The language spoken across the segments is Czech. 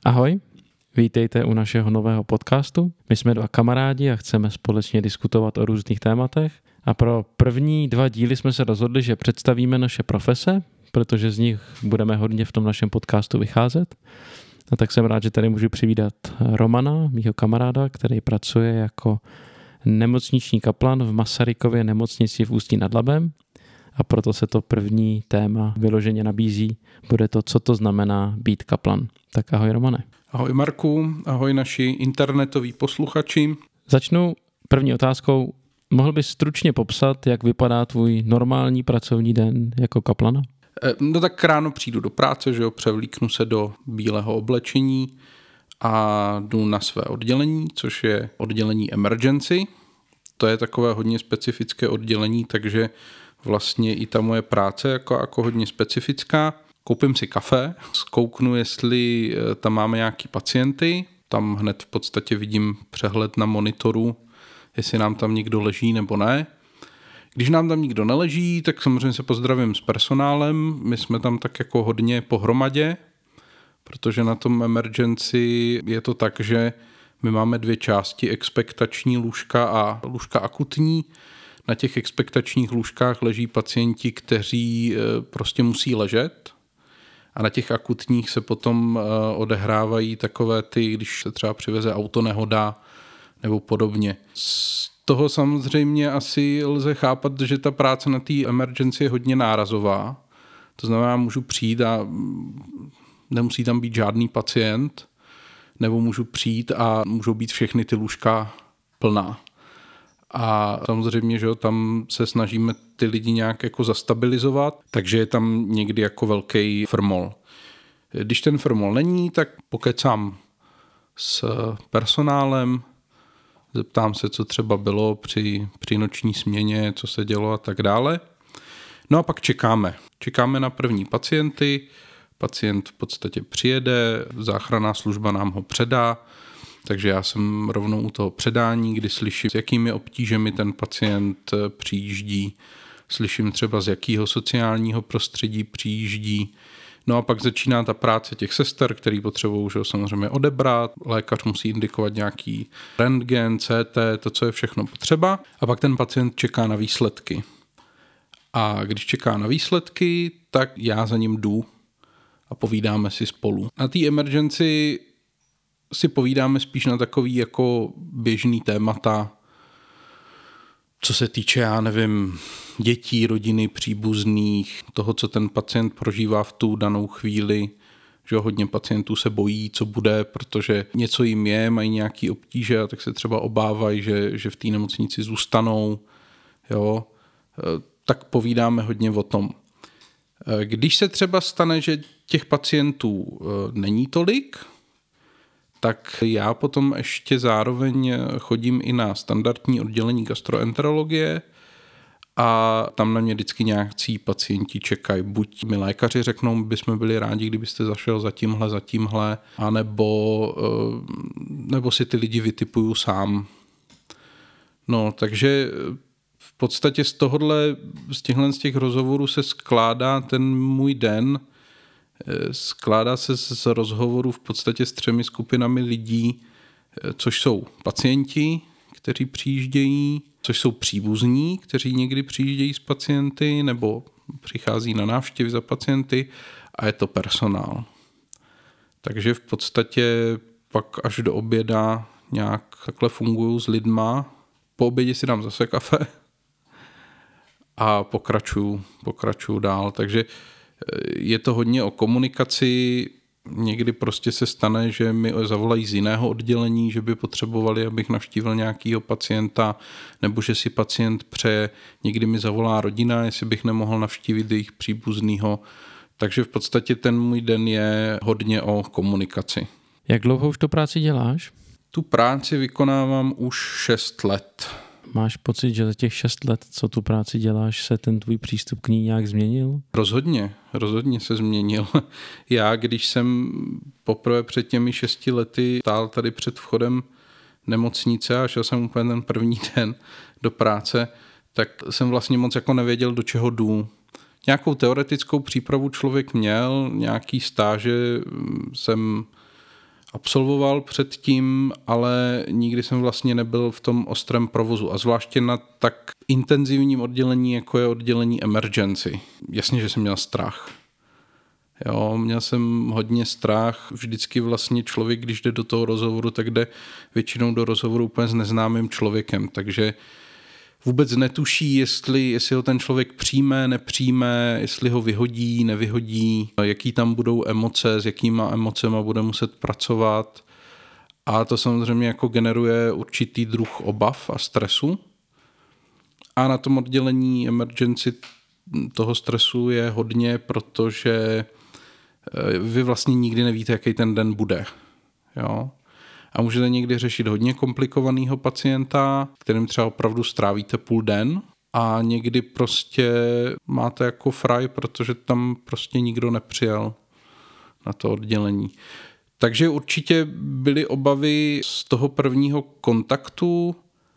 Ahoj, vítejte u našeho nového podcastu. My jsme dva kamarádi a chceme společně diskutovat o různých tématech. A pro první 2 díly jsme se rozhodli, že představíme naše profese, protože z nich budeme hodně v tom našem podcastu vycházet. A tak jsem rád, že tady můžu přivítat Romana, mýho kamaráda, který pracuje jako nemocniční kaplan v Masarykově nemocnici v Ústí nad Labem. A proto se to první téma vyloženě nabízí. Bude to, co to znamená být kaplan. Tak ahoj Romane. Ahoj Marku, ahoj naši internetoví posluchači. Začnu první otázkou. Mohl bys stručně popsat, jak vypadá tvůj normální pracovní den jako kaplana? No tak ráno přijdu do práce, že jo, převlíknu se do bílého oblečení a jdu na své oddělení, což je oddělení emergency. To je takové hodně specifické oddělení, takže vlastně i ta moje práce jako hodně specifická. Koupím si kafe, zkouknu, jestli tam máme nějaký pacienty, tam hned v podstatě vidím přehled na monitoru, jestli nám tam někdo leží nebo ne. Když nám tam nikdo neleží, tak samozřejmě se pozdravím s personálem, my jsme tam tak jako hodně pohromadě, protože na tom emergency je to tak, že my máme 2 části, expektační lůžka a lůžka akutní. Na těch expektačních lůžkách leží pacienti, kteří prostě musí ležet a na těch akutních se potom odehrávají takové ty, když se třeba přiveze autonehoda nebo podobně. Z toho samozřejmě asi lze chápat, že ta práce na té emergency je hodně nárazová. To znamená, můžu přijít a nemusí tam být žádný pacient, nebo můžu přijít a můžou být všechny ty lůžka plná. A samozřejmě, že tam se snažíme ty lidi nějak jako zastabilizovat, takže je tam někdy jako velký frmol. Když ten frmol není, tak pokecám s personálem, zeptám se, co třeba bylo při noční směně, co se dělo a tak dále. No a pak čekáme. Čekáme na první pacienty, pacient v podstatě přijede, záchranná služba nám ho předá, takže já jsem rovnou u toho předání, kdy slyším, s jakými obtížemi ten pacient přijíždí, slyším třeba z jakého sociálního prostředí přijíždí. No a pak začíná ta práce těch sester, který potřebují samozřejmě odebrat. Lékař musí indikovat nějaký rentgen, CT, to, co je všechno potřeba. A pak ten pacient čeká na výsledky. A když čeká na výsledky, tak já za ním jdu a povídáme si spolu. Na té emergency si povídáme spíš na takový jako běžný témata, co se týče, já nevím, dětí, rodiny, příbuzných, toho, co ten pacient prožívá v tu danou chvíli, že hodně pacientů se bojí, co bude, protože něco jim je, mají nějaké obtíže a tak se třeba obávají, že v té nemocnici zůstanou, jo, tak povídáme hodně o tom. Když se třeba stane, že těch pacientů není tolik, tak já potom ještě zároveň chodím i na standardní oddělení gastroenterologie a tam na mě vždycky nějaký pacienti čekají. Buď mi lékaři řeknou, my bychom byli rádi, kdybyste zašel za tímhle, anebo si ty lidi vytipuju sám. No, takže v podstatě z těch rozhovorů se skládá ten můj den. Skládá se z rozhovorů v podstatě s 3 skupinami lidí, což jsou pacienti, kteří přijíždějí, což jsou příbuzní, kteří někdy přijíždějí s pacienty nebo přichází na návštěvy za pacienty a je to personál. Takže v podstatě pak až do oběda nějak takhle funguju s lidma. Po obědě si dám zase kafe a pokračuju dál. Takže je to hodně o komunikaci, někdy prostě se stane, že mi zavolají z jiného oddělení, že by potřebovali, abych navštívil nějakého pacienta, nebo že si pacient přeje, někdy mi zavolá rodina, jestli bych nemohl navštívit jejich příbuznýho. Takže v podstatě ten můj den je hodně o komunikaci. Jak dlouho už tu práci děláš? Tu práci vykonávám už 6 let. Máš pocit, že za těch 6 let, co tu práci děláš, se ten tvůj přístup k ní nějak změnil? Rozhodně se změnil. Já, když jsem poprvé před těmi 6 lety stál tady před vchodem nemocnice a šel jsem úplně ten první den do práce, tak jsem vlastně moc jako nevěděl, do čeho jdu. Nějakou teoretickou přípravu člověk měl, nějaký stáže jsem absolvoval předtím, ale nikdy jsem vlastně nebyl v tom ostrém provozu a zvláště na tak intenzivním oddělení, jako je oddělení emergency. Jasně, že jsem měl strach. Jo, měl jsem hodně strach, vždycky vlastně člověk, když jde do toho rozhovoru, tak jde většinou do rozhovoru úplně s neznámým člověkem, takže vůbec netuší, jestli ho ten člověk přijme, nepřijme, jestli ho vyhodí, nevyhodí, jaký tam budou emoce, s jakýma emocema bude muset pracovat. A to samozřejmě jako generuje určitý druh obav a stresu. A na tom oddělení emergency toho stresu je hodně, protože vy vlastně nikdy nevíte, jaký ten den bude. Jo? A můžete někdy řešit hodně komplikovaného pacienta, kterým třeba opravdu strávíte půl den a někdy prostě máte jako fraj, protože tam prostě nikdo nepřijel na to oddělení. Takže určitě byly obavy z toho prvního kontaktu.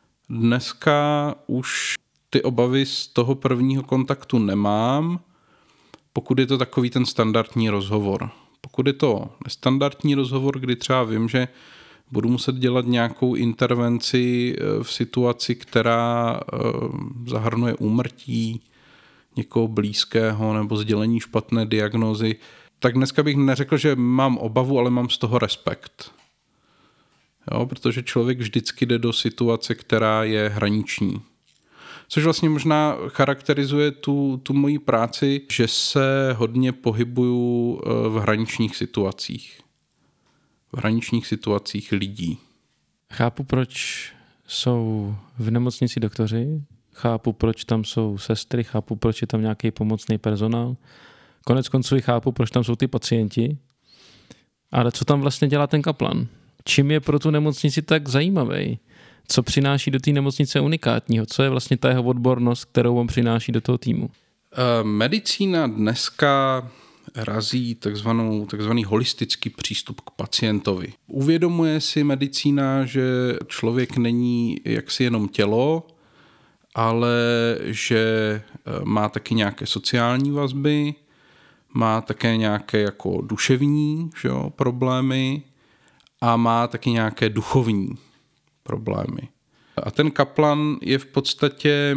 Dneska už ty obavy z toho prvního kontaktu nemám, pokud je to takový ten standardní rozhovor. Pokud je to nestandardní rozhovor, kdy třeba vím, že budu muset dělat nějakou intervenci v situaci, která zahrnuje úmrtí někoho blízkého nebo sdělení špatné diagnózy, tak dneska bych neřekl, že mám obavu, ale mám z toho respekt. Jo, protože člověk vždycky jde do situace, která je hraniční. Což vlastně možná charakterizuje tu moji práci, že se hodně pohybuju v hraničních situacích. V hraničních situacích lidí. Chápu, proč jsou v nemocnici doktoři, chápu, proč tam jsou sestry, chápu, proč je tam nějaký pomocný personál. Konec konců i chápu, proč tam jsou ty pacienti. Ale co tam vlastně dělá ten kaplan? Čím je pro tu nemocnici tak zajímavý? Co přináší do té nemocnice unikátního? Co je vlastně ta jeho odbornost, kterou on přináší do toho týmu? Medicína dneska razí takzvaný holistický přístup k pacientovi. Uvědomuje si medicína, že člověk není jaksi jenom tělo, ale že má taky nějaké sociální vazby, má také nějaké jako duševní problémy a má taky nějaké duchovní problémy. A ten kaplan je v podstatě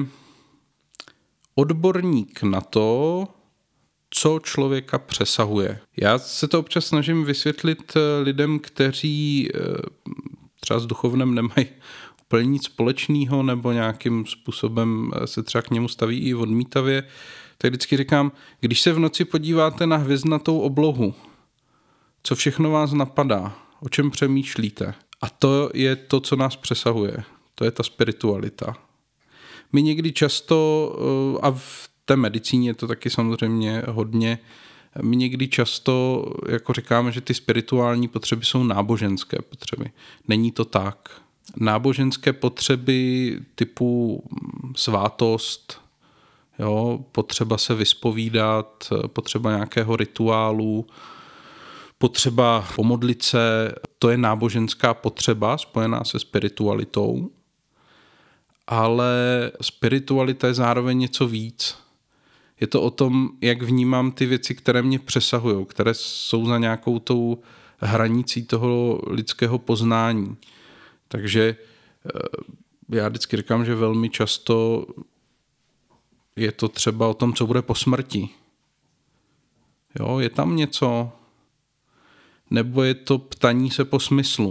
odborník na to, co člověka přesahuje. Já se to občas snažím vysvětlit lidem, kteří třeba s duchovnem nemají úplně nic společného nebo nějakým způsobem se třeba k němu staví i odmítavě, tak vždycky říkám, když se v noci podíváte na hvězdnatou oblohu, co všechno vás napadá, o čem přemýšlíte. A to je to, co nás přesahuje. To je ta spiritualita. My někdy často, a v té medicíně je to taky samozřejmě hodně, my někdy často jako říkáme, že ty spirituální potřeby jsou náboženské potřeby. Není to tak. Náboženské potřeby typu svátost, jo, potřeba se vyspovídat, potřeba nějakého rituálu, potřeba pomodlit se, to je náboženská potřeba spojená se spiritualitou, ale spiritualita je zároveň něco víc. Je to o tom, jak vnímám ty věci, které mě přesahují, které jsou za nějakou tou hranicí toho lidského poznání. Takže já vždycky říkám, že velmi často je to třeba o tom, co bude po smrti. Jo, je tam něco, nebo je to ptaní se po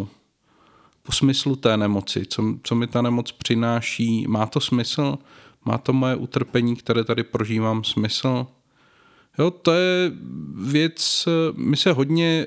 smyslu té nemoci, co mi ta nemoc přináší, má to smysl, má to moje utrpení, které tady prožívám, smysl. Jo, to je věc, my se hodně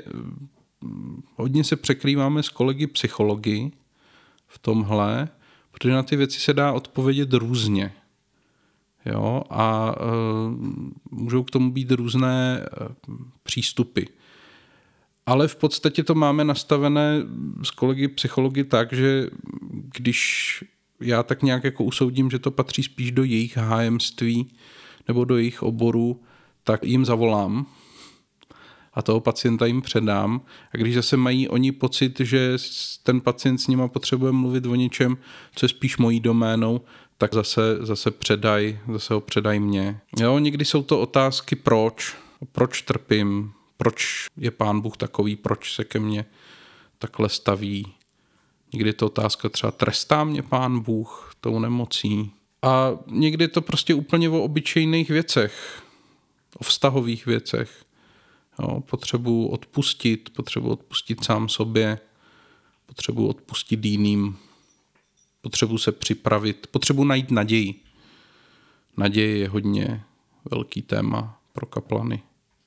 se překrýváme s kolegy psychologi v tomhle, protože na ty věci se dá odpovědět různě. Jo, a můžou k tomu být různé přístupy. Ale v podstatě to máme nastavené s kolegy psychologi tak, že když já tak nějak jako usoudím, že to patří spíš do jejich hájemství nebo do jejich oboru, tak jim zavolám a toho pacienta jim předám. A když zase mají oni pocit, že ten pacient s nima potřebuje mluvit o něčem, co je spíš mojí doménou, tak zase ho předaj mně. Jo, někdy jsou to otázky proč trpím, proč je Pán Bůh takový, proč se ke mně takhle staví. Někdy je to otázka třeba trestá mě Pán Bůh tou nemocí. A někdy je to prostě úplně o obyčejných věcech, o vztahových věcech. Jo, potřebuji odpustit sám sobě, potřebuji odpustit jiným, potřebuji se připravit, potřebuji najít naději. Naděje je hodně velký téma pro kaplany.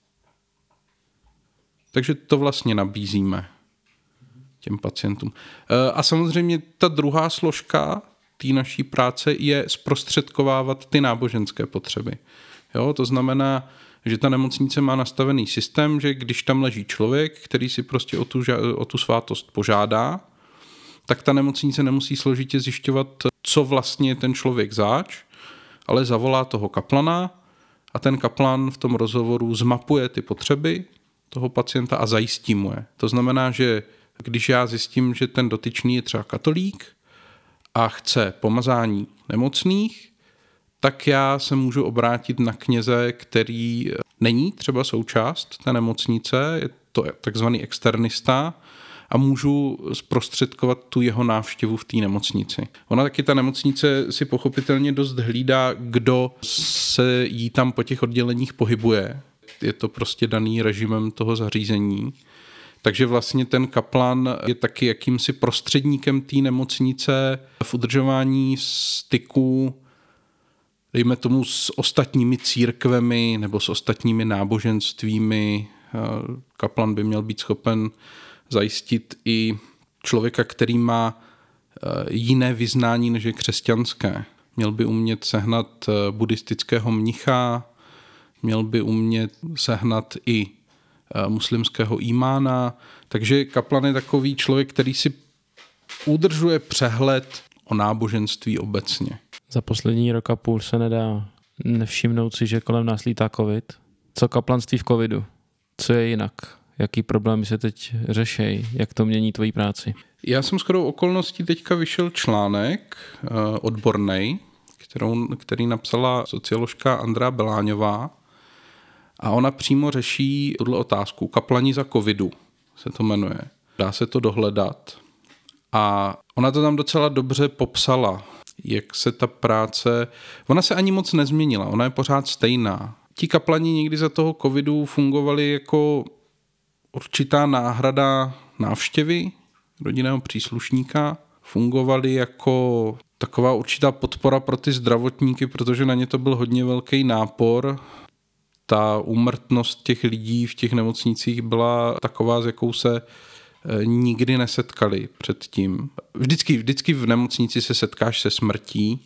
Takže to vlastně nabízíme těm pacientům. A samozřejmě ta druhá složka té naší práce je zprostředkovávat ty náboženské potřeby. Jo, to znamená, že ta nemocnice má nastavený systém, že když tam leží člověk, který si prostě o tu svátost požádá, tak ta nemocnice nemusí složitě zjišťovat, co vlastně je ten člověk zač, ale zavolá toho kaplana a ten kaplan v tom rozhovoru zmapuje ty potřeby toho pacienta a zajistí mu je. To znamená, že když já zjistím, že ten dotyčný je třeba katolík a chce pomazání nemocných, tak já se můžu obrátit na kněze, který není třeba součást té nemocnice, je to takzvaný externista, a můžu zprostředkovat tu jeho návštěvu v té nemocnici. Ona taky ta nemocnice si pochopitelně dost hlídá, kdo se jí tam po těch odděleních pohybuje. Je to prostě daný režimem toho zařízení. Takže vlastně ten kaplan je taky jakýmsi prostředníkem té nemocnice v udržování styku, dejme tomu, s ostatními církvemi nebo s ostatními náboženstvími. Kaplan by měl být schopen zajistit i člověka, který má jiné vyznání než je křesťanské. Měl by umět sehnat buddhistického mnicha, měl by umět sehnat i muslimského imána. Takže kaplan je takový člověk, který si udržuje přehled o náboženství obecně. Za poslední rok a půl se nedá nevšimnout si, že kolem nás lítá covid. Co kaplanství v covidu? Co je jinak? Jaký problémy se teď řešejí? Jak to mění tvoji práci? Já jsem shodou okolností teďka vyšel článek odbornej, který napsala socioložka Andrea Beláňová, a ona přímo řeší tuhle otázku. Kaplani za covidu se to jmenuje. Dá se to dohledat. A ona to tam docela dobře popsala, jak se ta práce... Ona se ani moc nezměnila, ona je pořád stejná. Ti kaplani někdy za toho covidu fungovali jako určitá náhrada návštěvy rodinného příslušníka, fungovali jako taková určitá podpora pro ty zdravotníky, protože na ně to byl hodně velký nápor. Ta úmrtnost těch lidí v těch nemocnicích byla taková, s jakou se nikdy nesetkali předtím. Vždycky v nemocnici se setkáš se smrtí,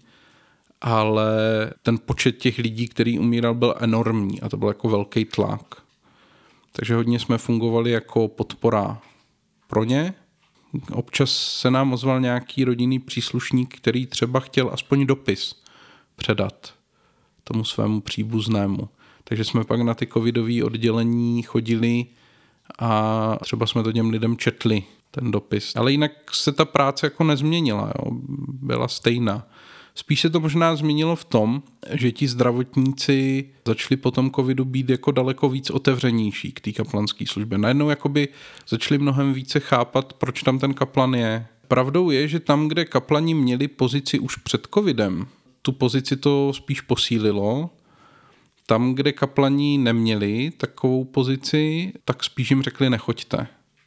ale ten počet těch lidí, který umíral, byl enormní a to byl jako velký tlak. Takže hodně jsme fungovali jako podpora pro ně. Občas se nám ozval nějaký rodinný příslušník, který třeba chtěl aspoň dopis předat tomu svému příbuznému. Takže jsme pak na ty covidové oddělení chodili a třeba jsme to těm lidem četli, ten dopis. Ale jinak se ta práce jako nezměnila, jo? Byla stejná. Spíš se to možná změnilo v tom, že ti zdravotníci začali po tom covidu být jako daleko víc otevřenější k té kaplanské službě. Najednou jakoby začali mnohem více chápat, proč tam ten kaplan je. Pravdou je, že tam, kde kaplani měli pozici už před covidem, tu pozici to spíš posílilo. Tam, kde kaplani neměli takovou pozici, tak spíš jim řekli nechoďte.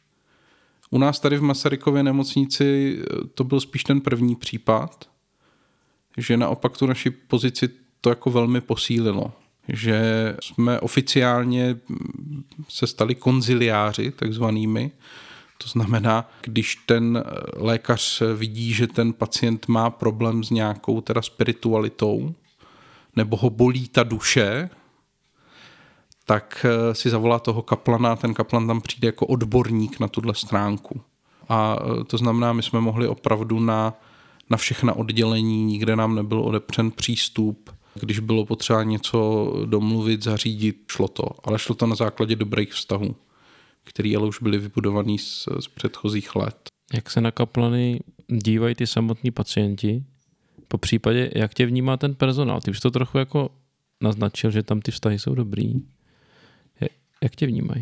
U nás tady v Masarykově nemocnici to byl spíš ten první případ, že naopak tu naši pozici to jako velmi posílilo. Že jsme oficiálně se stali konziliáři takzvanými. To znamená, když ten lékař vidí, že ten pacient má problém s nějakou teda spiritualitou, nebo ho bolí ta duše, tak si zavolá toho kaplana a ten kaplan tam přijde jako odborník na tuhle stránku. A to znamená, my jsme mohli opravdu na všechna oddělení, nikde nám nebyl odepřen přístup. Když bylo potřeba něco domluvit, zařídit, šlo to. Ale šlo to na základě dobrých vztahů, které ale už byly vybudovaný z předchozích let. Jak se na kaplany dívají ty samotní pacienti? Po případě, jak tě vnímá ten personál? Ty už to trochu jako naznačil, že tam ty vztahy jsou dobrý. Jak tě vnímají?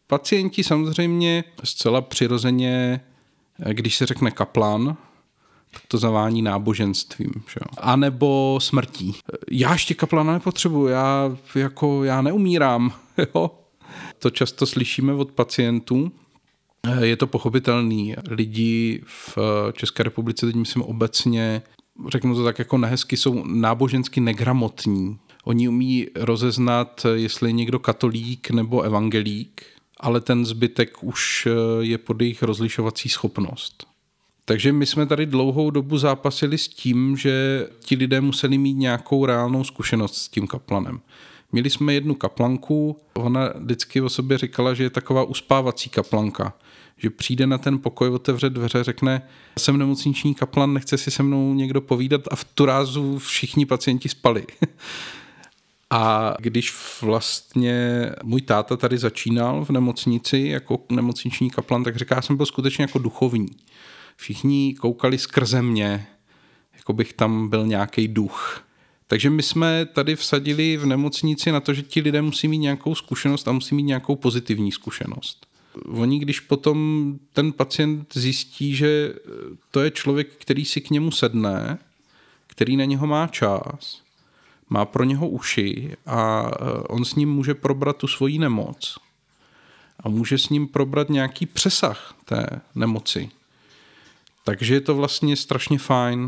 Pacienti samozřejmě zcela přirozeně, když se řekne kaplan, tak to zavání náboženstvím. Že? A nebo smrtí. Já ještě kaplana nepotřebuji, já neumírám. Jo? To často slyšíme od pacientů. Je to pochopitelný. Lidi v České republice, teď myslím obecně, řeknu to tak jako nehezky, jsou nábožensky negramotní. Oni umí rozeznat, jestli je někdo katolík nebo evangelík, ale ten zbytek už je pod jejich rozlišovací schopnost. Takže my jsme tady dlouhou dobu zápasili s tím, že ti lidé museli mít nějakou reálnou zkušenost s tím kaplanem. Měli jsme jednu kaplanku, ona vždycky o sobě říkala, že je taková uspávací kaplanka, že přijde na ten pokoj, otevře dveře, řekne, jsem nemocniční kaplan, nechce si se mnou někdo povídat, a v tu rázu všichni pacienti spali. A když vlastně můj táta tady začínal v nemocnici jako nemocniční kaplan, tak říká, jsem byl skutečně jako duchovní. Všichni koukali skrze mě, jako bych tam byl nějaký duch. Takže my jsme tady vsadili v nemocnici na to, že ti lidé musí mít nějakou zkušenost a musí mít nějakou pozitivní zkušenost. Oni, když potom ten pacient zjistí, že to je člověk, který si k němu sedne, který na něho má čas, má pro něho uši a on s ním může probrat tu svoji nemoc a může s ním probrat nějaký přesah té nemoci. Takže je to vlastně strašně fajn.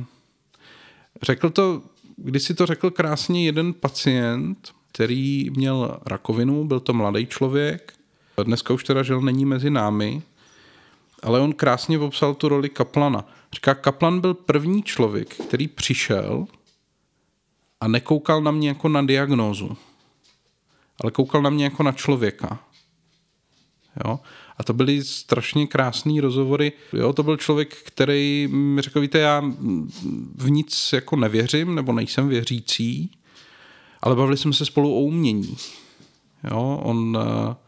Když si to řekl krásně jeden pacient, který měl rakovinu, byl to mladý člověk, dneska už teda žil není mezi námi, ale on krásně popsal tu roli kaplana. Říká, kaplan byl první člověk, který přišel a nekoukal na mě jako na diagnózu, ale koukal na mě jako na člověka. Jo? A to byly strašně krásný rozhovory. Jo? To byl člověk, který mi řekl, víte, já v nic jako nevěřím, nebo nejsem věřící, ale bavili jsme se spolu o umění. Jo? On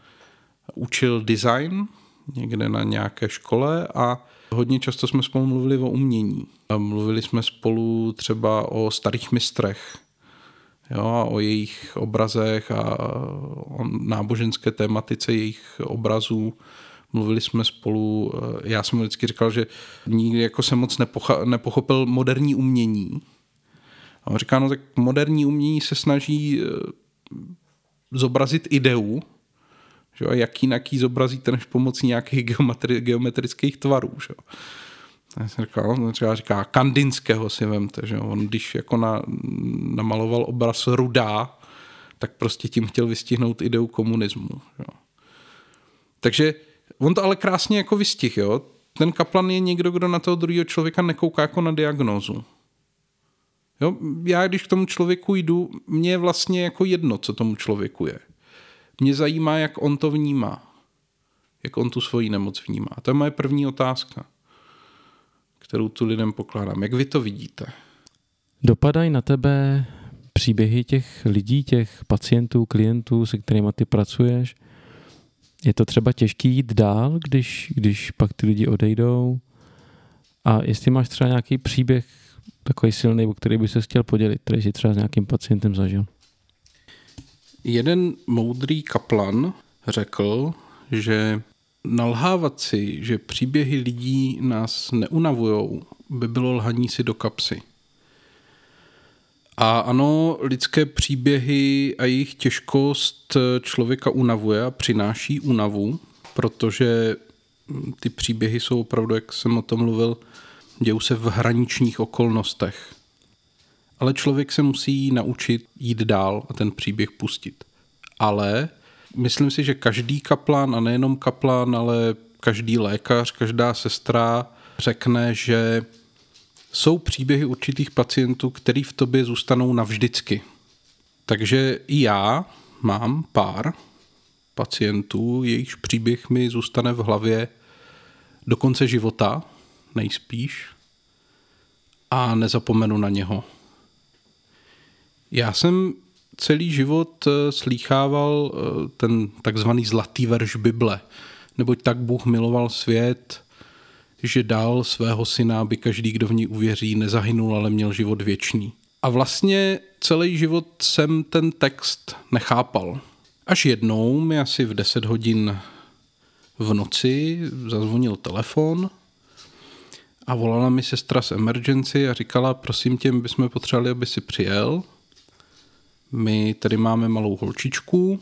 učil design někde na nějaké škole a hodně často jsme spolu mluvili o umění. Mluvili jsme spolu třeba o starých mistrech, jo, o jejich obrazech a o náboženské tématice jejich obrazů. Mluvili jsme spolu, já jsem mu vždycky říkal, že nikdy jako se moc nepochopil moderní umění. A on říká, no tak moderní umění se snaží zobrazit ideu, že? A jak jinak ji zobrazíte než pomocí nějakých geometrických tvarů. Že? Já jsem říkal, Kandinského si vemte, že on když jako namaloval obraz Rudá, tak prostě tím chtěl vystihnout ideu komunismu. Že? Takže on to ale krásně jako vystihl. Jo? Ten kaplan je někdo, kdo na toho druhého člověka nekouká jako na diagnózu. Jo? Já když k tomu člověku jdu, mně je vlastně jako jedno, co tomu člověku je. Mě zajímá, jak on to vnímá. Jak on tu svoji nemoc vnímá. A to je moje první otázka, kterou tu lidem pokládám. Jak vy to vidíte? Dopadají na tebe příběhy těch lidí, těch pacientů, klientů, se kterými ty pracuješ? Je to třeba těžký jít dál, když pak ty lidi odejdou? A jestli máš třeba nějaký příběh takový silný, o který by se chtěl podělit, který jsi třeba s nějakým pacientem zažil? Jeden moudrý kaplan řekl, že nalhávat si, že příběhy lidí nás neunavujou, by bylo lhaní si do kapsy. A ano, lidské příběhy a jejich těžkost člověka unavuje a přináší únavu, protože ty příběhy jsou opravdu, jak jsem o tom mluvil, dějou se v hraničních okolnostech. Ale člověk se musí naučit jít dál a ten příběh pustit. Ale myslím si, že každý kaplan, a nejenom kaplan, ale každý lékař, každá sestra řekne, že jsou příběhy určitých pacientů, který v tobě zůstanou navždycky. Takže i já mám pár pacientů, jejichž příběh mi zůstane v hlavě do konce života, nejspíš, a nezapomenu na něho. Já jsem celý život slýchával ten takzvaný zlatý verš Bible, neboť tak Bůh miloval svět, že dal svého syna, aby každý, kdo v ní uvěří, nezahynul, ale měl život věčný. A vlastně celý život jsem ten text nechápal. Až jednou mi asi v 10 hodin v noci zazvonil telefon a volala mi sestra z emergency a říkala, prosím tě, my bychom potřebovali, aby si přijel. My tady máme malou holčičku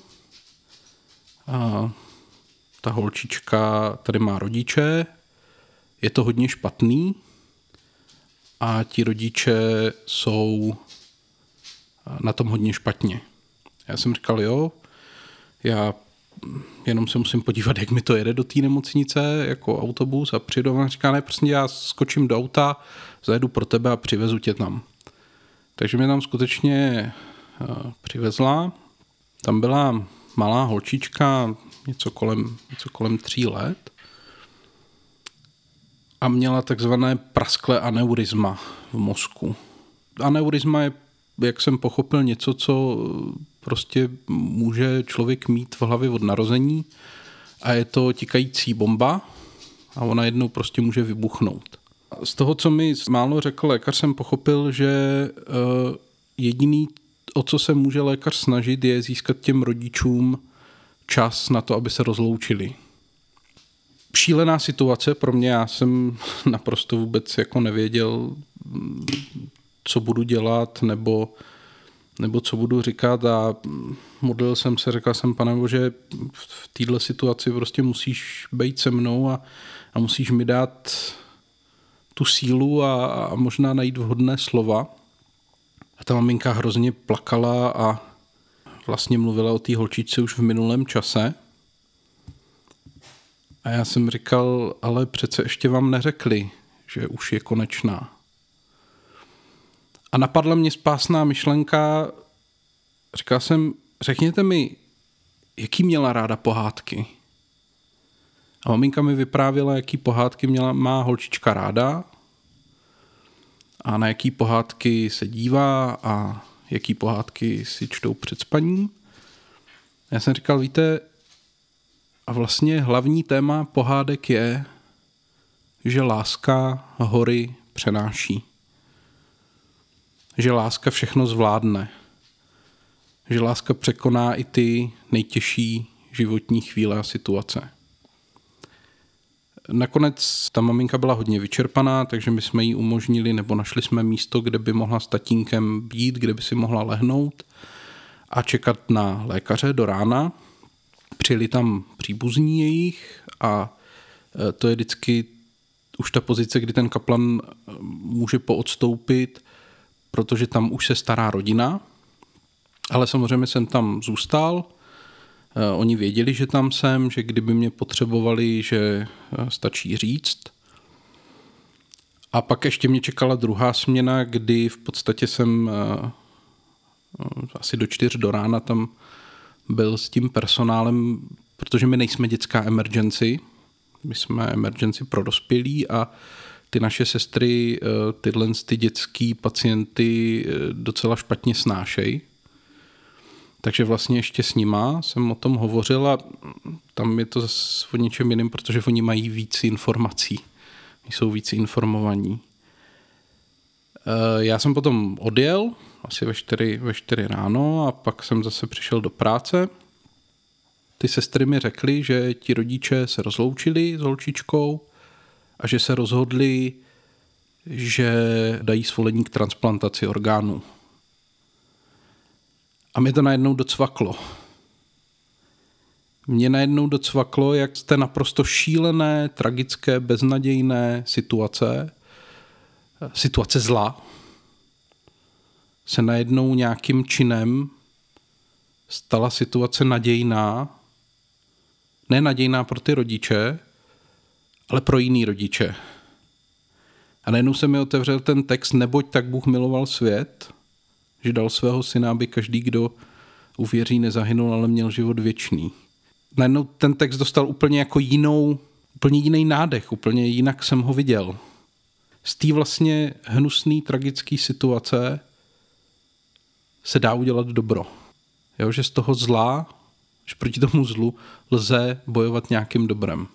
a ta holčička tady má rodiče, je to hodně špatný a ti rodiče jsou na tom hodně špatně. Já jsem říkal, jo, já jenom se musím podívat, jak mi to jede do té nemocnice, jako autobus a přijedu a říká, ne, prostě já skočím do auta, zajedu pro tebe a přivezu tě tam. Takže mě tam skutečně přivezla. Tam byla malá holčička, něco kolem 3 let a měla takzvané prasklé aneurizma v mozku. Aneurizma je, jak jsem pochopil, něco, co prostě může člověk mít v hlavě od narození a je to tikající bomba a ona jednou prostě může vybuchnout. Z toho, co mi málo řekl lékař, jsem pochopil, že jediný, o co se může lékař snažit, je získat těm rodičům čas na to, aby se rozloučili. Šílená situace pro mě, já jsem naprosto vůbec jako nevěděl, co budu dělat, nebo co budu říkat a modlil jsem se, řekl jsem, Pane Bože, v této situaci prostě musíš být se mnou a musíš mi dát tu sílu a možná najít vhodné slova. A ta maminka hrozně plakala a vlastně mluvila o té holčičce už v minulém čase. A já jsem říkal, ale přece ještě vám neřekli, že už je konečná. A napadla mě spásná myšlenka, říkal jsem, řekněte mi, jaký měla ráda pohádky. A maminka mi vyprávěla, jaký pohádky má holčička ráda a na jaký pohádky se dívá a jaký pohádky si čtou před spaním. Já jsem říkal, víte, a vlastně hlavní téma pohádek je, že láska hory přenáší. Že láska všechno zvládne. Že láska překoná i ty nejtěžší životní chvíle a situace. Nakonec ta maminka byla hodně vyčerpaná, takže my jsme jí umožnili, nebo našli jsme místo, kde by mohla s tatínkem být, kde by si mohla lehnout a čekat na lékaře do rána. Přijeli tam příbuzní jejich a to je vždycky už ta pozice, kdy ten kaplan může poodstoupit, protože tam už se stará rodina, ale samozřejmě jsem tam zůstal. Oni věděli, že tam jsem, že kdyby mě potřebovali, že stačí říct. A pak ještě mě čekala druhá směna, kdy v podstatě jsem asi do 4 do rána tam byl s tím personálem, protože my nejsme dětská emergency, my jsme emergency pro dospělí a ty naše sestry tyhle ty dětský pacienty docela špatně snášejí. Takže vlastně ještě s nima jsem o tom hovořil a tam je to zase o něčem jiným, protože oni mají víc informací, jsou víc informovaní. Já jsem potom odjel, asi ve 4 ráno a pak jsem zase přišel do práce. Ty sestry mi řekly, že ti rodiče se rozloučili s holčičkou a že se rozhodli, že dají svolení k transplantaci orgánů. A mě to najednou docvaklo. Mě najednou docvaklo, jak z té naprosto šílené, tragické, beznadějné situace zla, se najednou nějakým činem stala situace nadějná, ne nadějná pro ty rodiče, ale pro jiný rodiče. A najednou se mi otevřel ten text, neboť tak Bůh miloval svět, že dal svého syna, aby každý, kdo uvěří, nezahynul, ale měl život věčný. Najednou ten text dostal úplně jako úplně jiný nádech, úplně jinak jsem ho viděl. Z té vlastně hnusný, tragické situace se dá udělat dobro. Jo, že z toho zla, že proti tomu zlu lze bojovat nějakým dobrem.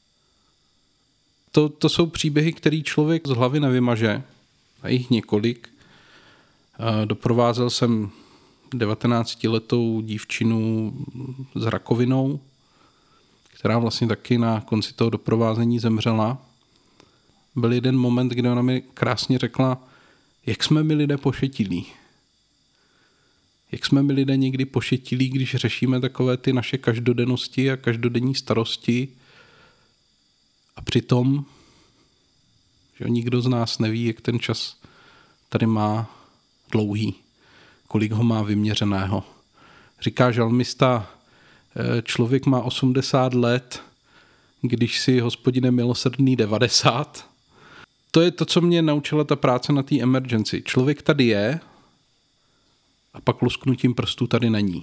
To jsou příběhy, který člověk z hlavy nevymaže. A jich několik. Doprovázel jsem 19letou dívčinu s rakovinou, která vlastně taky na konci toho doprovázení zemřela, byl jeden moment, kdy ona mi krásně řekla, jak jsme my lidé pošetilí. Jak jsme my lidé někdy pošetilí, když řešíme takové ty naše každodennosti a každodenní starosti a přitom, že nikdo z nás neví, jak ten čas tady má dlouhý, kolik ho má vyměřeného. Říká žalmista, člověk má 80 let, když si Hospodine milosrdný 90. To je to, co mě naučila ta práce na té emergency. Člověk tady je a pak lusknutím prstů tady není.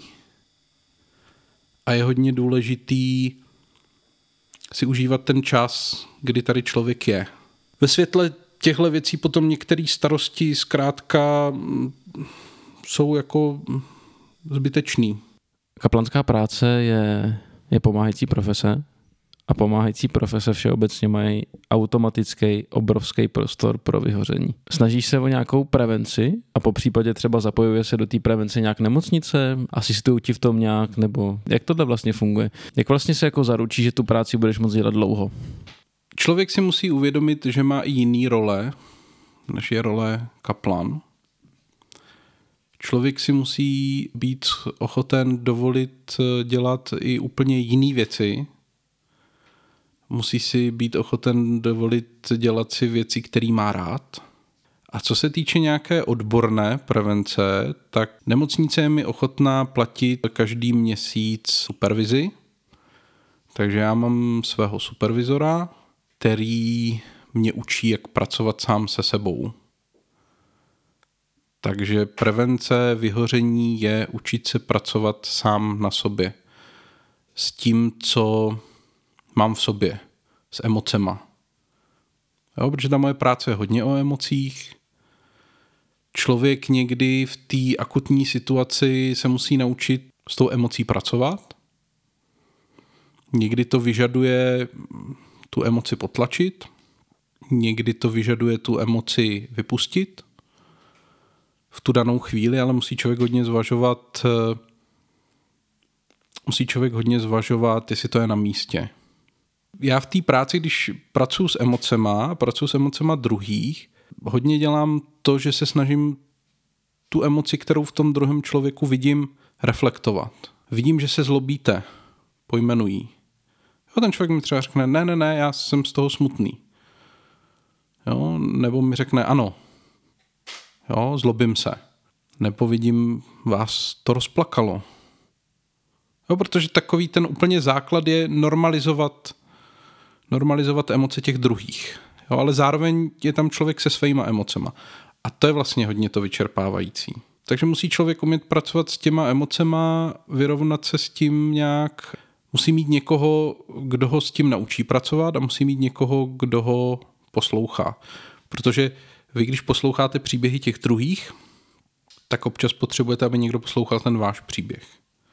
A je hodně důležitý si užívat ten čas, kdy tady člověk je. Ve světle těchto věcí potom některé starosti zkrátka jsou jako zbytečný. Kaplanská práce je pomáhající profese a pomáhající profese všeobecně mají automatický obrovský prostor pro vyhoření. Snažíš se o nějakou prevenci a po případě třeba zapojuje se do té prevence nějak nemocnice, asistují ti v tom nějak, nebo jak tohle vlastně funguje? Jak vlastně se jako zaručí, že tu práci budeš moct dělat dlouho? Člověk si musí uvědomit, že má i jiný role, než je role kaplan. Člověk si musí být ochoten dovolit dělat i úplně jiné věci. Musí si být ochoten dovolit dělat si věci, které má rád. A co se týče nějaké odborné prevence, tak nemocnice je mi ochotná platit každý měsíc supervizi. Takže já mám svého supervizora, který mě učí, jak pracovat sám se sebou. Takže prevence vyhoření je učit se pracovat sám na sobě. S tím, co mám v sobě. S emocema. Jo, protože ta moje práce je hodně o emocích. Člověk někdy v té akutní situaci se musí naučit s tou emocí pracovat. Někdy to vyžaduje tu emoci potlačit. Někdy to vyžaduje tu emoci vypustit v tu danou chvíli, ale musí člověk hodně zvažovat, jestli to je na místě. Já v té práci, když pracuji s emocema druhých, hodně dělám to, že se snažím tu emoci, kterou v tom druhém člověku vidím, reflektovat. Vidím, že se zlobíte, pojmenují. Jo, ten člověk mi třeba řekne, ne, já jsem z toho smutný. Jo, nebo mi řekne, ano, jo, zlobím se. Nebo vidím, vás to rozplakalo. Jo, protože takový ten úplně základ je normalizovat emoce těch druhých. Jo, ale zároveň je tam člověk se svýma emocema. A to je vlastně hodně to vyčerpávající. Takže musí člověk umět pracovat s těma emocema, vyrovnat se s tím nějak. Musí mít někoho, kdo ho s tím naučí pracovat a musí mít někoho, kdo ho poslouchá. Protože vy, když posloucháte příběhy těch druhých, tak občas potřebujete, aby někdo poslouchal ten váš příběh.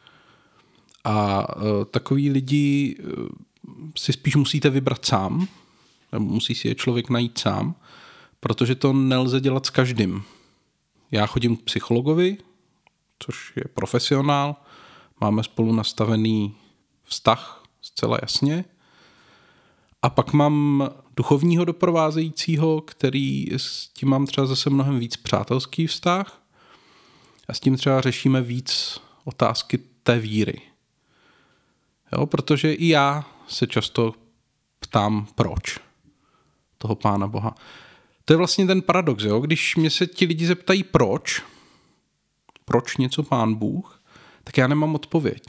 A takový lidi si spíš musíte vybrat sám, nebo musí si je člověk najít sám, protože to nelze dělat s každým. Já chodím k psychologovi, což je profesionál, máme spolu nastavený vztah zcela jasně. A pak mám duchovního doprovázejícího, který s tím mám třeba zase mnohem víc přátelský vztah a s tím třeba řešíme víc otázky té víry. Jo, protože i já se často ptám, proč toho Pána Boha. To je vlastně ten paradox, jo? Když mě se ti lidi zeptají proč něco Pán Bůh, tak já nemám odpověď.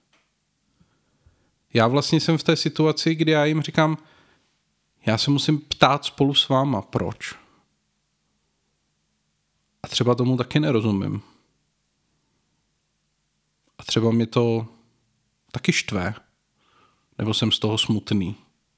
Já vlastně jsem v té situaci, kdy já jim říkám, já se musím ptát spolu s váma, proč. A třeba tomu taky nerozumím. A třeba mě to taky štve. Nebo jsem z toho smutný.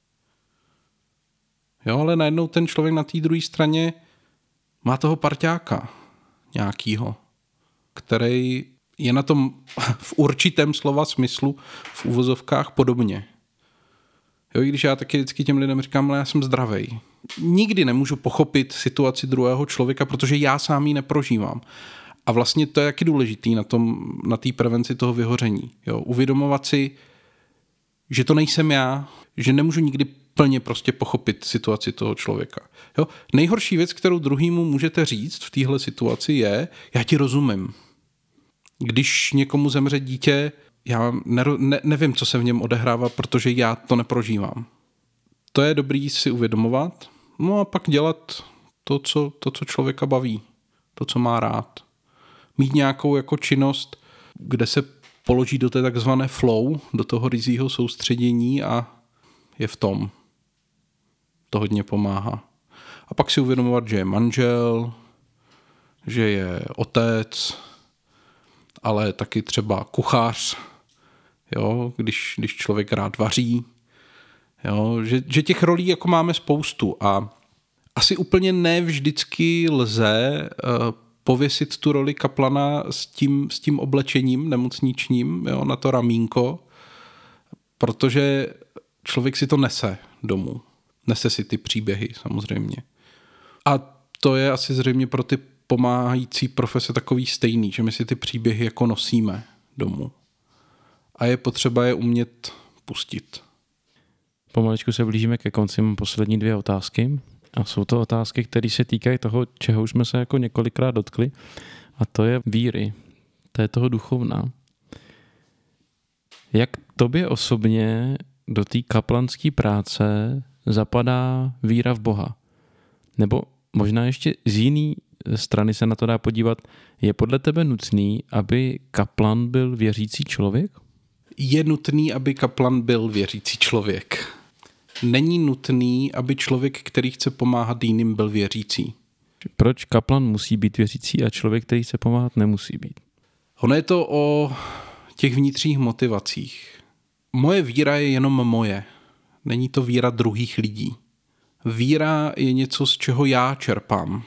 Jo, ale najednou ten člověk na té druhé straně má toho parťáka nějakýho, který je na tom v určitém slova smyslu v uvozovkách podobně. Jo, i když já taky vždycky těm lidem říkám, ale já jsem zdravej. Nikdy nemůžu pochopit situaci druhého člověka, protože já sám ji neprožívám. A vlastně to je taky důležitý na té prevenci toho vyhoření. Jo, uvědomovat si, že to nejsem já, že nemůžu nikdy plně prostě pochopit situaci toho člověka. Jo? Nejhorší věc, kterou druhýmu můžete říct v téhle situaci je, já ti rozumím. Když někomu zemře dítě, já nevím, co se v něm odehrává, protože já to neprožívám. To je dobrý si uvědomovat, no a pak dělat to, co člověka baví, to, co má rád. Mít nějakou jako činnost, kde se položí do té takzvané flow, do toho ryzího soustředění a je v tom. To hodně pomáhá. A pak si uvědomovat, že je manžel, že je otec, ale taky třeba kuchař, jo, když člověk rád vaří. Jo, že těch rolí jako máme spoustu a asi úplně ne vždycky lze pověsit tu roli kaplana s tím oblečením nemocničním, jo, na to ramínko, protože člověk si to nese domů. Nese si ty příběhy samozřejmě. A to je asi zřejmě pro ty pomáhající profese takový stejný, že my si ty příběhy jako nosíme domů. A je potřeba je umět pustit. Pomaličku se blížíme ke konci, mám poslední 2 otázky. A jsou to otázky, které se týkají toho, čeho už jsme se jako několikrát dotkli. A to je víry. To je toho duchovna. Jak tobě osobně do té kaplanské práce zapadá víra v Boha? Nebo možná ještě z jiné strany se na to dá podívat, je podle tebe nutný, aby kaplan byl věřící člověk? Je nutný, aby kaplan byl věřící člověk. Není nutný, aby člověk, který chce pomáhat jiným, byl věřící. Proč kaplan musí být věřící a člověk, který chce pomáhat, nemusí být? Ono je to o těch vnitřních motivacích. Moje víra je jenom moje. Není to víra druhých lidí. Víra je něco, z čeho já čerpám.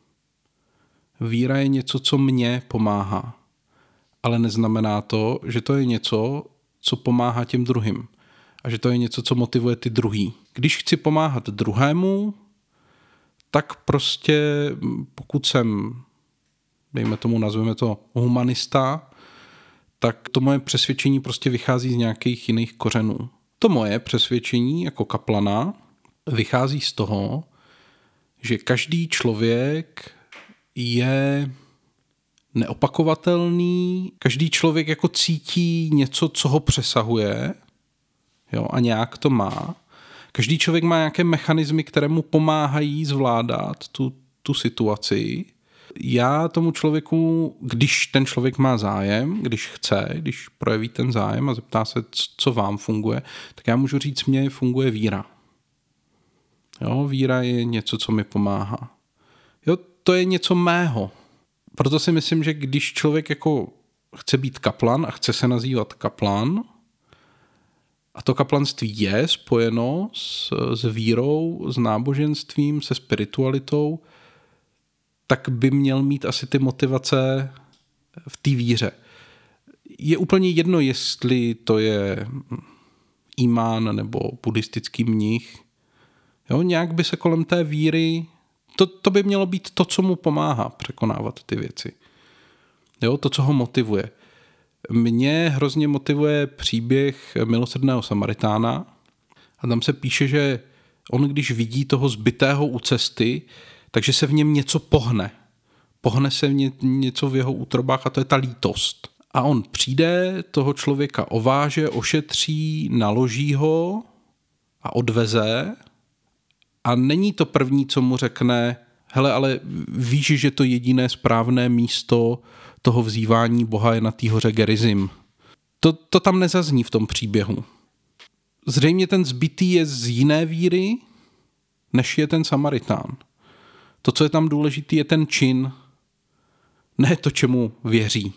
Víra je něco, co mě pomáhá. Ale neznamená to, že to je něco, co pomáhá těm druhým. A že to je něco, co motivuje ty druhý. Když chci pomáhat druhému, tak prostě pokud jsem, dejme tomu, nazveme to humanista, tak to moje přesvědčení prostě vychází z nějakých jiných kořenů. To moje přesvědčení jako kaplana vychází z toho, že každý člověk je neopakovatelný, každý člověk jako cítí něco, co ho přesahuje, jo, a nějak to má. Každý člověk má nějaké mechanismy, které mu pomáhají zvládat tu situaci. Já tomu člověku, když ten člověk má zájem, když chce, když projeví ten zájem a zeptá se, co vám funguje, tak já můžu říct, mně funguje víra. Jo, víra je něco, co mi pomáhá. Jo, to je něco mého. Proto si myslím, že když člověk jako chce být kaplan a chce se nazývat kaplan, a to kaplanství je spojeno s vírou, s náboženstvím, se spiritualitou, tak by měl mít asi ty motivace v té víře. Je úplně jedno, jestli to je imán nebo buddhistický mnich. Jo, nějak by se kolem té víry, to by mělo být to, co mu pomáhá překonávat ty věci. Jo, to, co ho motivuje. Mě hrozně motivuje příběh milosrdného Samaritána a tam se píše, že on, když vidí toho zbitého u cesty, takže se v něm něco pohne. Pohne se něco v jeho útrobách a to je ta lítost. A on přijde, toho člověka ováže, ošetří, naloží ho a odveze. A není to první, co mu řekne, hele, ale víš, že to jediné správné místo toho vzývání Boha je na té hoře Gerizim. To tam nezazní v tom příběhu. Zřejmě ten zbitý je z jiné víry, než je ten Samaritán. To, co je tam důležitý, je ten čin, ne to, čemu věří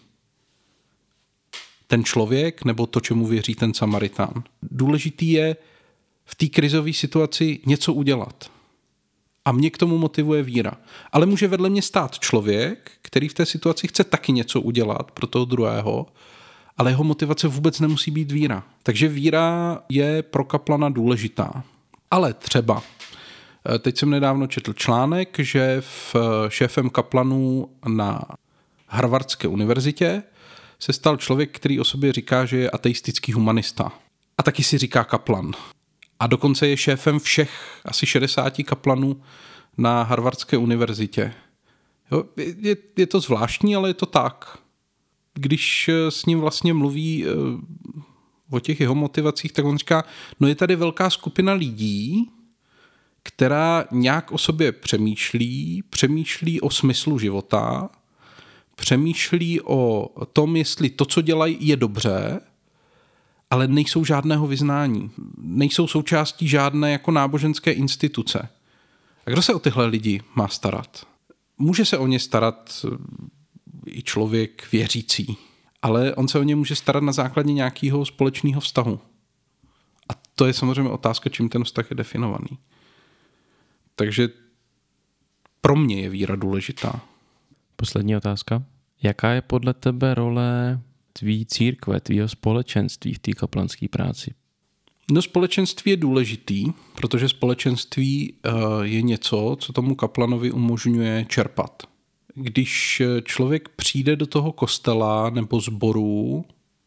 ten člověk, nebo to, čemu věří ten Samaritán. Důležitý je v té krizové situaci něco udělat. A mě k tomu motivuje víra. Ale může vedle mě stát člověk, který v té situaci chce taky něco udělat pro toho druhého, ale jeho motivace vůbec nemusí být víra. Takže víra je pro kaplana důležitá. Ale třeba, teď jsem nedávno četl článek, že šéfem kaplanů na Harvardské univerzitě se stal člověk, který o sobě říká, že je ateistický humanista. a taky si říká kaplan. A dokonce je šéfem všech asi 60 kaplanů na Harvardské univerzitě. Jo, je to zvláštní, ale je to tak. Když s ním vlastně mluví o těch jeho motivacích, tak on říká, no je tady velká skupina lidí, která nějak o sobě přemýšlí o smyslu života, přemýšlí o tom, jestli to, co dělají, je dobře, ale nejsou žádného vyznání. Nejsou součástí žádné jako náboženské instituce. A kdo se o tyhle lidi má starat? Může se o ně starat i člověk věřící, ale on se o ně může starat na základě nějakého společného vztahu. A to je samozřejmě otázka, čím ten vztah je definovaný. Takže pro mě je víra důležitá. Poslední otázka. Jaká je podle tebe role tvý církve, tvýho společenství v té kaplanské práci? No, společenství je důležitý, protože společenství je něco, co tomu kaplanovi umožňuje čerpat. Když člověk přijde do toho kostela nebo sboru,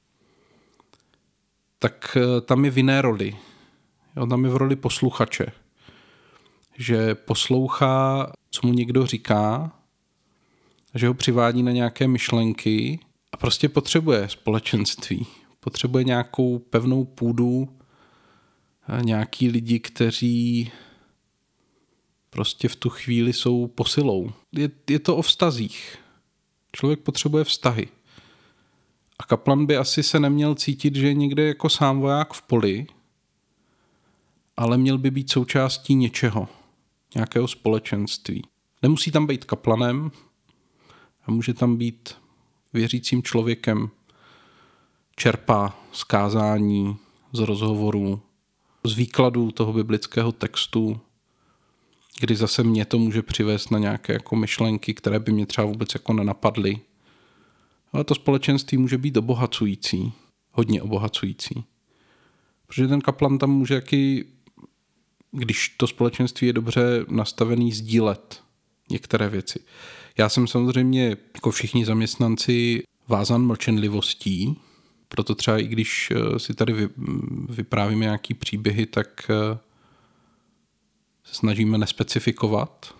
tak tam je v jiné roli. Jo, tam je v roli posluchače. Že poslouchá, co mu někdo říká, že ho přivádí na nějaké myšlenky a prostě potřebuje společenství. Potřebuje nějakou pevnou půdu, nějaký lidi, kteří prostě v tu chvíli jsou posilou. Je to o vztazích. Člověk potřebuje vztahy. A kaplan by asi se neměl cítit, že je někde jako sám voják v poli, ale měl by být součástí něčeho, nějakého společenství. Nemusí tam být kaplanem a může tam být věřícím člověkem. Čerpá z kázání, z rozhovorů, z výkladů toho biblického textu, kdy zase mě to může přivést na nějaké jako myšlenky, které by mě třeba vůbec jako nenapadly. Ale to společenství může být obohacující, hodně obohacující. Protože ten kaplan tam může jaký, když to společenství je dobře nastavený, sdílet některé věci. Já jsem samozřejmě, jako všichni zaměstnanci, vázan mlčenlivostí, proto třeba i když si tady vyprávíme nějaký příběhy, tak se snažíme nespecifikovat,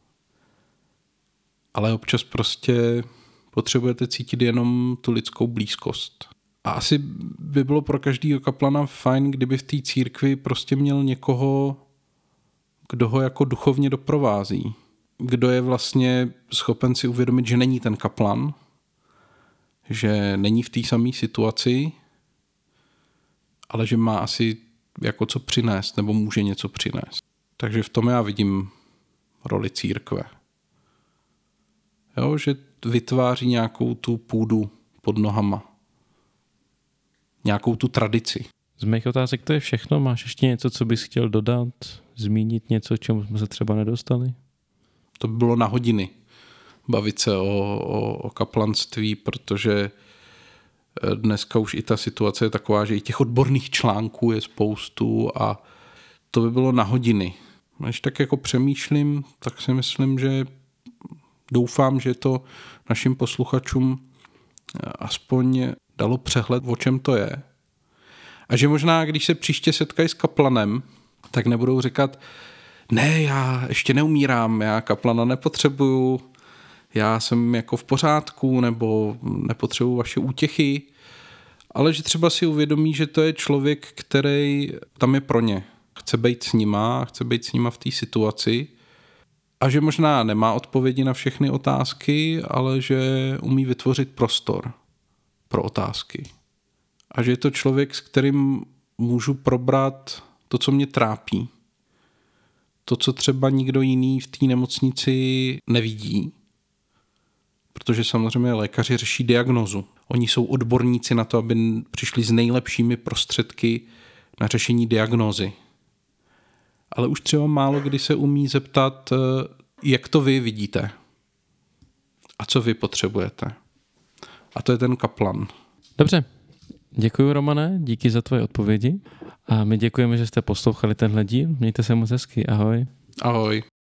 ale občas prostě potřebujete cítit jenom tu lidskou blízkost. A asi by bylo pro každýho kaplana fajn, kdyby v té církvi prostě měl někoho, kdo ho jako duchovně doprovází. Kdo je vlastně schopen si uvědomit, že není ten kaplan, že není v té samé situaci, ale že má asi jako co přinést, nebo může něco přinést. Takže v tom já vidím roli církve. Jo, že vytváří nějakou tu půdu pod nohama. Nějakou tu tradici. Z mých otázek to je všechno. Máš ještě něco, co bys chtěl dodat? Zmínit něco, čemu jsme se třeba nedostali? To by bylo na hodiny bavit se o kaplanství, protože dneska už i ta situace je taková, že i těch odborných článků je spoustu a to by bylo na hodiny. Když tak jako přemýšlím, tak si myslím, že doufám, že to našim posluchačům aspoň dalo přehled, o čem to je. A že možná, když se příště setkají s kaplanem, tak nebudou říkat, ne, já ještě neumírám, já kaplana nepotřebuju, já jsem jako v pořádku, nebo nepotřebuju vaše útěchy, ale že třeba si uvědomí, že to je člověk, který tam je pro ně. Chce být s nima v té situaci a že možná nemá odpovědi na všechny otázky, ale že umí vytvořit prostor pro otázky. A že je to člověk, s kterým můžu probrat to, co mě trápí. To, co třeba nikdo jiný v té nemocnici nevidí, protože samozřejmě lékaři řeší diagnózu. Oni jsou odborníci na to, aby přišli s nejlepšími prostředky na řešení diagnózy. Ale už třeba málo kdy se umí zeptat, jak to vy vidíte a co vy potřebujete. A to je ten kaplan. Dobře. Děkuji, Romane, díky za tvoje odpovědi a my děkujeme, že jste poslouchali tenhle díl. Mějte se moc hezky, ahoj. Ahoj.